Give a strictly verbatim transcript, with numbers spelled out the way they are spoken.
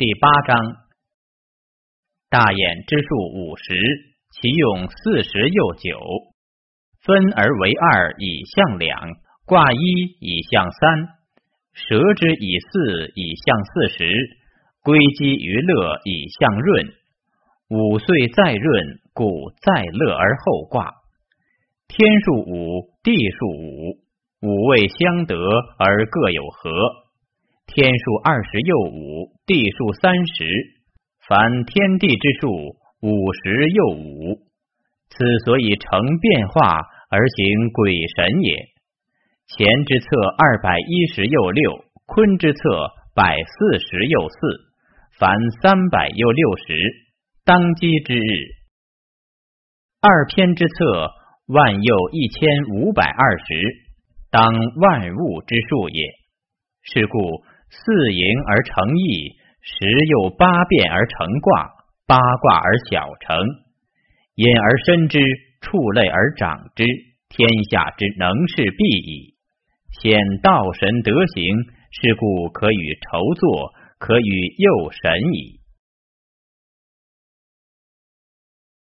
第八章，大衍之数五十，其用四十又九，分而为二以象两，卦一以象三，蛇之以四以象四十，归基于乐以象闰。五岁再闰，故再乐而后卦。天数五，地数五，五位相得而各有和。天数二十又五，地数三十，凡天地之数，五十又五。此所以成变化而行鬼神也。乾之侧二百一十又六，坤之侧百四十又四，凡三百又六十，当机之日。二偏之侧万又一千五百二十，当万物之数也。是故四盈而成义，十又八变而成卦，八卦而小成。隐而深之，触类而长之，天下之能事必矣。显道神德行，是故可与筹作，可与诱神矣。